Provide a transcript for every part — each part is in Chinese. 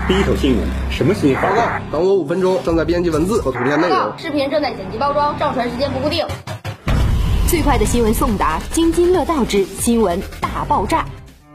第一手新闻，什么新闻？ 报告，等我5分钟，正在编辑文字和图片内容。 视频正在剪辑包装，上传时间不固定。 最快的新闻送达，津津乐道之新闻大爆炸。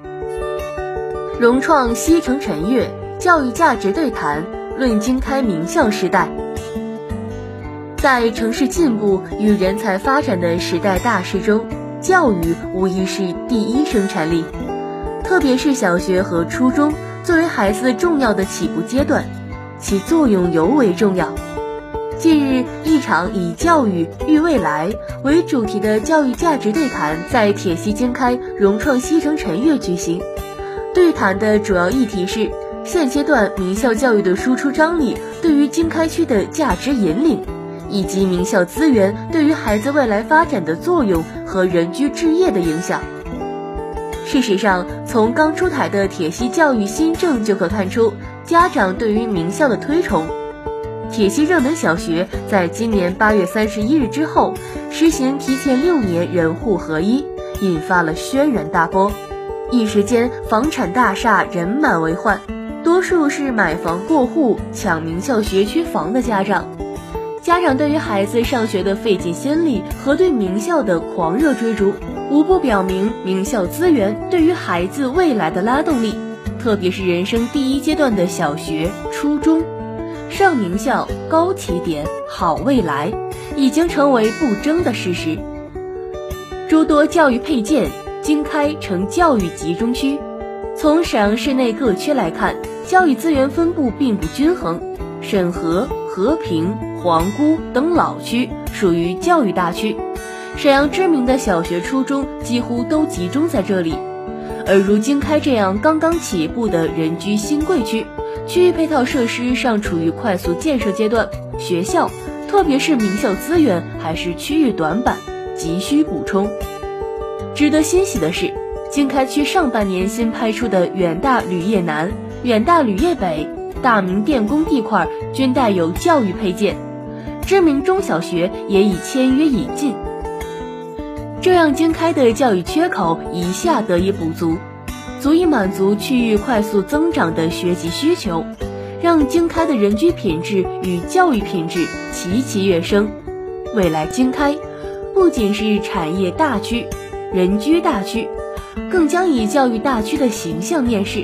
融创西城陈悦，教育价值对谈，论经开名校时代。在城市进步与人才发展的时代大势中，教育无疑是第一生产力，特别是小学和初中作为孩子重要的起步阶段，其作用尤为重要。近日，一场以教育育未来为主题的教育价值对谈在铁西经开融创西城陈悦举行。对谈的主要议题是现阶段名校教育的输出张力对于经开区的价值引领，以及名校资源对于孩子未来发展的作用和人居置业的影响。事实上，从刚出台的铁西教育新政就可看出家长对于名校的推崇。铁西热门小学在今年8月31日之后实行提前6年人户合一，引发了轩然大波，一时间房产大厦人满为患，多数是买房过户抢名校学区房的家长对于孩子上学的费尽心力和对名校的狂热追逐，无不表明名校资源对于孩子未来的拉动力，特别是人生第一阶段的小学、初中，上名校、高起点、好未来，已经成为不争的事实。诸多教育配件，经开成教育集中区。从沈阳市内各区来看，教育资源分布并不均衡，沈河、和平、皇姑等老区属于教育大区，沈阳知名的小学、初中几乎都集中在这里。而如经开这样刚刚起步的人居新贵区，区域配套设施尚处于快速建设阶段，学校，特别是名校资源还是区域短板，急需补充。值得欣喜的是，经开区上半年新拍出的远大铝业南、远大铝业北、大明电工地块均带有教育配件，知名中小学也已签约引进，这样经开的教育缺口一下得以补足，足以满足区域快速增长的学籍需求，让经开的人居品质与教育品质齐齐跃升。未来经开不仅是产业大区、人居大区，更将以教育大区的形象面世。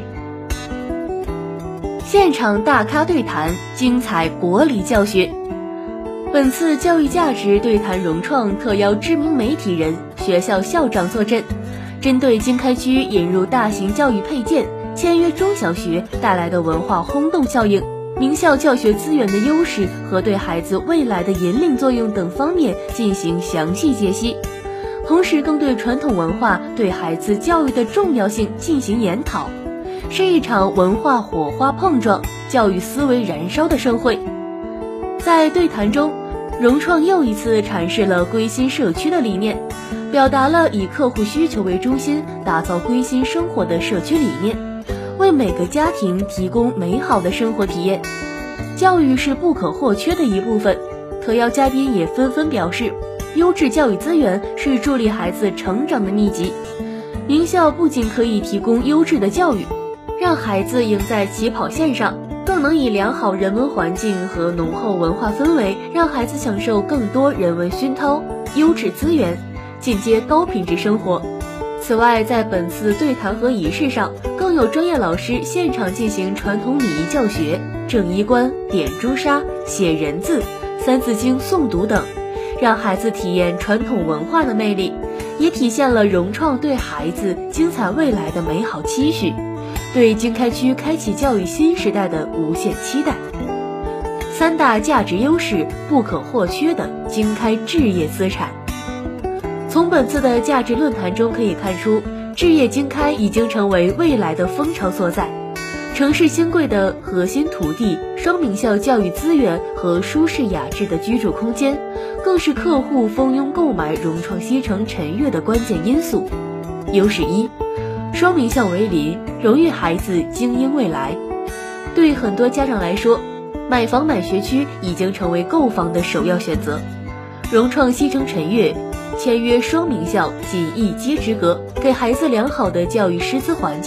现场大咖对谈，精彩国理教学。本次教育价值对谈融创特邀知名媒体人、学校校长坐镇，针对经开区引入大型教育配件、签约中小学带来的文化轰动效应、名校教学资源的优势和对孩子未来的引领作用等方面进行详细解析，同时更对传统文化对孩子教育的重要性进行研讨，是一场文化火花碰撞、教育思维燃烧的盛会。在对谈中，融创又一次阐释了归心社区的理念，表达了以客户需求为中心打造归心生活的社区理念，为每个家庭提供美好的生活体验。教育是不可或缺的一部分，特邀嘉宾也纷纷表示，优质教育资源是助力孩子成长的秘籍。名校不仅可以提供优质的教育，让孩子赢在起跑线上，更能以良好人文环境和浓厚文化氛围，让孩子享受更多人文熏陶、优质资源，进阶高品质生活。此外，在本次对谈和仪式上，更有专业老师现场进行传统礼仪教学、正衣冠、点朱砂、写人字、三字经诵读等，让孩子体验传统文化的魅力，也体现了融创对孩子精彩未来的美好期许，对经开区开启教育新时代的无限期待。3大价值优势不可或缺的经开置业资产。从本次的价值论坛中可以看出，置业经开已经成为未来的风潮所在。城市新贵的核心土地、双名校教育资源和舒适雅致的居住空间，更是客户蜂拥购买融创西城陈悦的关键因素。优势1，双名校为邻，荣誉孩子精英未来。对很多家长来说，买房买学区已经成为购房的首要选择。融创西城陈悦签约双名校仅一街之隔，给孩子良好的教育师资环境，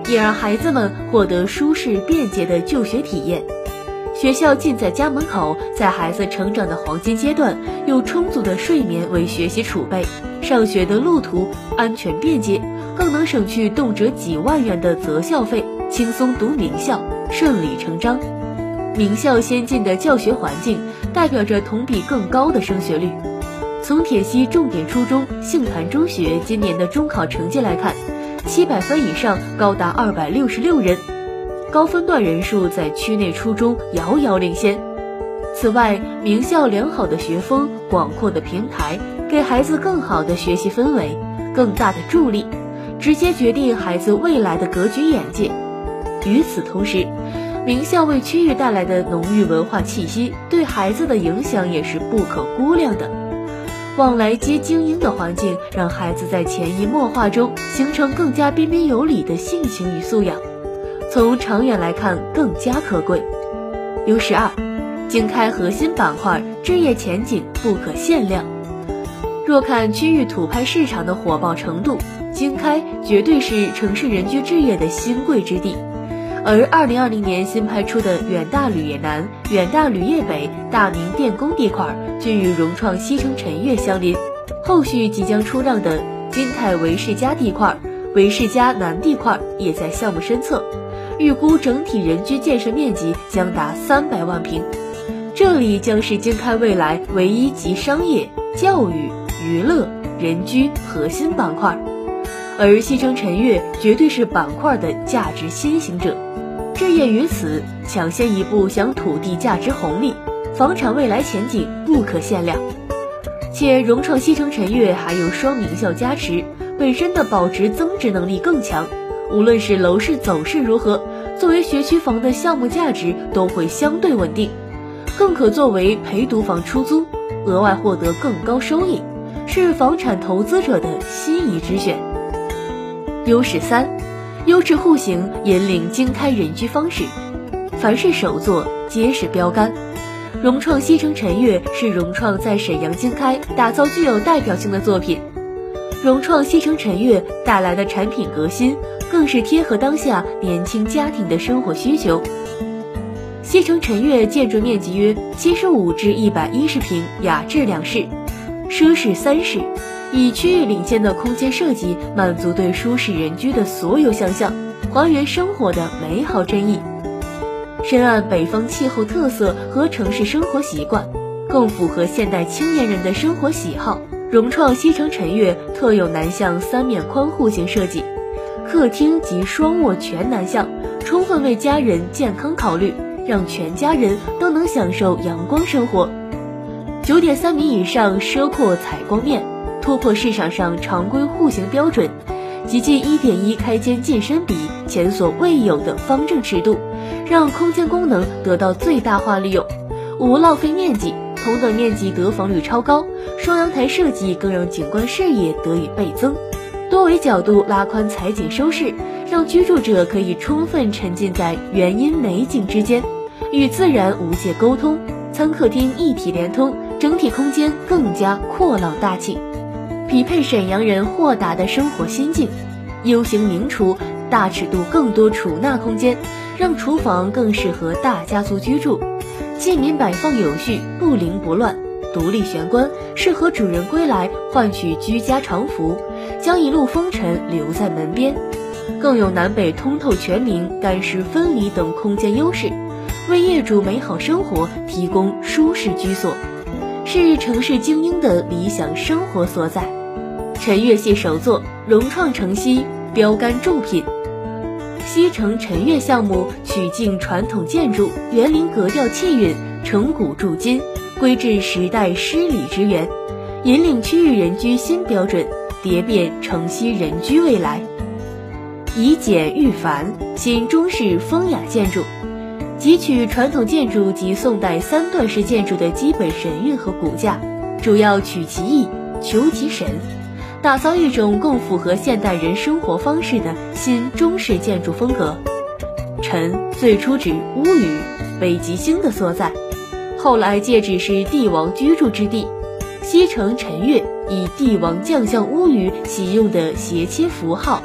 也让孩子们获得舒适便捷的就学体验。学校近在家门口，在孩子成长的黄金阶段，有充足的睡眠为学习储备，上学的路途安全便捷，更能省去动辄几万元的择校费，轻松读名校，顺理成章。名校先进的教学环境，代表着同比更高的升学率。从铁西重点初中杏坛中学今年的中考成绩来看，700分以上高达266人，高分段人数在区内初中遥遥领先。此外，名校良好的学风、广阔的平台，给孩子更好的学习氛围、更大的助力，直接决定孩子未来的格局眼界。与此同时，名校为区域带来的浓郁文化气息，对孩子的影响也是不可估量的。往来皆精英的环境，让孩子在潜移默化中形成更加彬彬有礼的性情与素养，从长远来看更加可贵。62，经开核心板块，置业前景不可限量。若看区域土拍市场的火爆程度，经开绝对是城市人居置业的新贵之地。而2020年新拍出的远大铝业南、远大铝业北、大明电工地块均与融创西城辰悦相邻，后续即将出让的金泰维世家地块、维世家南地块也在项目身侧，预估整体人居建设面积将达300万平。这里将是经开未来唯一集商业、教育、娱乐、人居核心板块，而西城辰悦绝对是板块的价值先行者。置业于此，抢先一步享土地价值红利，房产未来前景不可限量。且融创西城辰悦还有双名校加持，本身的保值增值能力更强，无论是楼市走势如何，作为学区房的项目价值都会相对稳定，更可作为陪读房出租，额外获得更高收益，是房产投资者的心仪之选。63，优质户型引领经开人居方式，凡是首作皆是标杆。融创西城辰悦是融创在沈阳经开打造具有代表性的作品。融创西城辰悦带来的产品革新，更是贴合当下年轻家庭的生活需求。西城辰悦建筑面积约75至110平，雅致2室，奢侈3室，以区域领先的空间设计满足对舒适人居的所有想象，还原生活的美好真意。深谙北方气候特色和城市生活习惯，更符合现代青年人的生活喜好。融创西城辰悦特有南向3面宽户型设计，客厅及双卧全南向，充分为家人健康考虑，让全家人都能享受阳光生活。9.3米以上奢阔采光面，突破市场上常规户型标准，极近1.1开间进深比，前所未有的方正尺度，让空间功能得到最大化利用，无浪费面积，同等面积得房率超高，双阳台设计更让景观视野得以倍增，多维角度拉宽采景收视，让居住者可以充分沉浸在原因美景之间，与自然无界沟通，餐客厅一体连通，整体空间更加阔朗大气，匹配沈阳人豁达的生活心境。U型明厨，大尺度更多储纳空间，让厨房更适合大家族居住，器皿摆放有序，不凌不乱，独立玄关，适合主人归来换取居家常服，将一路风尘留在门边，更有南北通透全明、干湿分离等空间优势，为业主美好生活提供舒适居所，是城市精英的理想生活所在。辰悦系首作，融创城西标杆重品。西城辰悦项目取径传统建筑，园林格调气韵，承古铸今，归至时代诗礼之源，引领区域人居新标准，蝶变城西人居未来。以简驭繁，新中式风雅建筑，汲取传统建筑及宋代3段式建筑的基本神韵和骨架，主要取其意，求其神，打造一种更符合现代人生活方式的新中式建筑风格。辰最初指乌宇，北极星的所在，后来借指是帝王居住之地。西城辰悦以帝王将相乌宇喜用的斜切符号，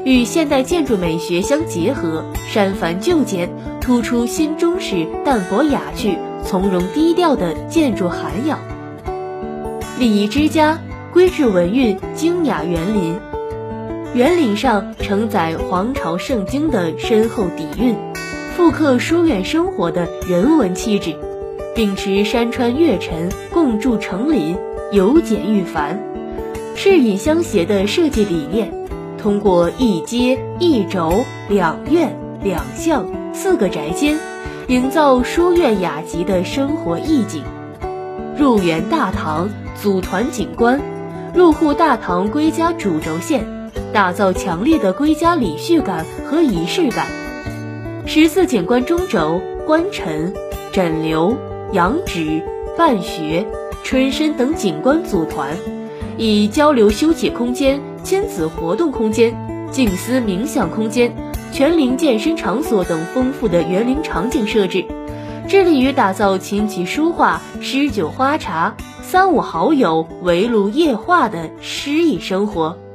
与现代建筑美学相结合，删繁就简，突出新中式淡泊雅趣、从容低调的建筑涵养。礼仪之家，规制文韵，精雅园林。园林上承载皇朝圣经的深厚底蕴，复刻书院生活的人文气质，秉持山川月沉共筑成林，由简驭繁，适隐相携的设计理念，通过一街一轴两院两巷4个宅间，营造书院雅集的生活意境。入园大堂，组团景观，入户大堂归家主轴线，打造强烈的归家礼序感和仪式感。14景观中轴，官陈、枕流、阳指、办学、春申等景观组团，以交流休憩空间、亲子活动空间、静思冥想空间、全龄健身场所等丰富的园林场景设置，致力于打造琴棋书画、诗酒花茶、3、5好友围炉夜话的诗意生活。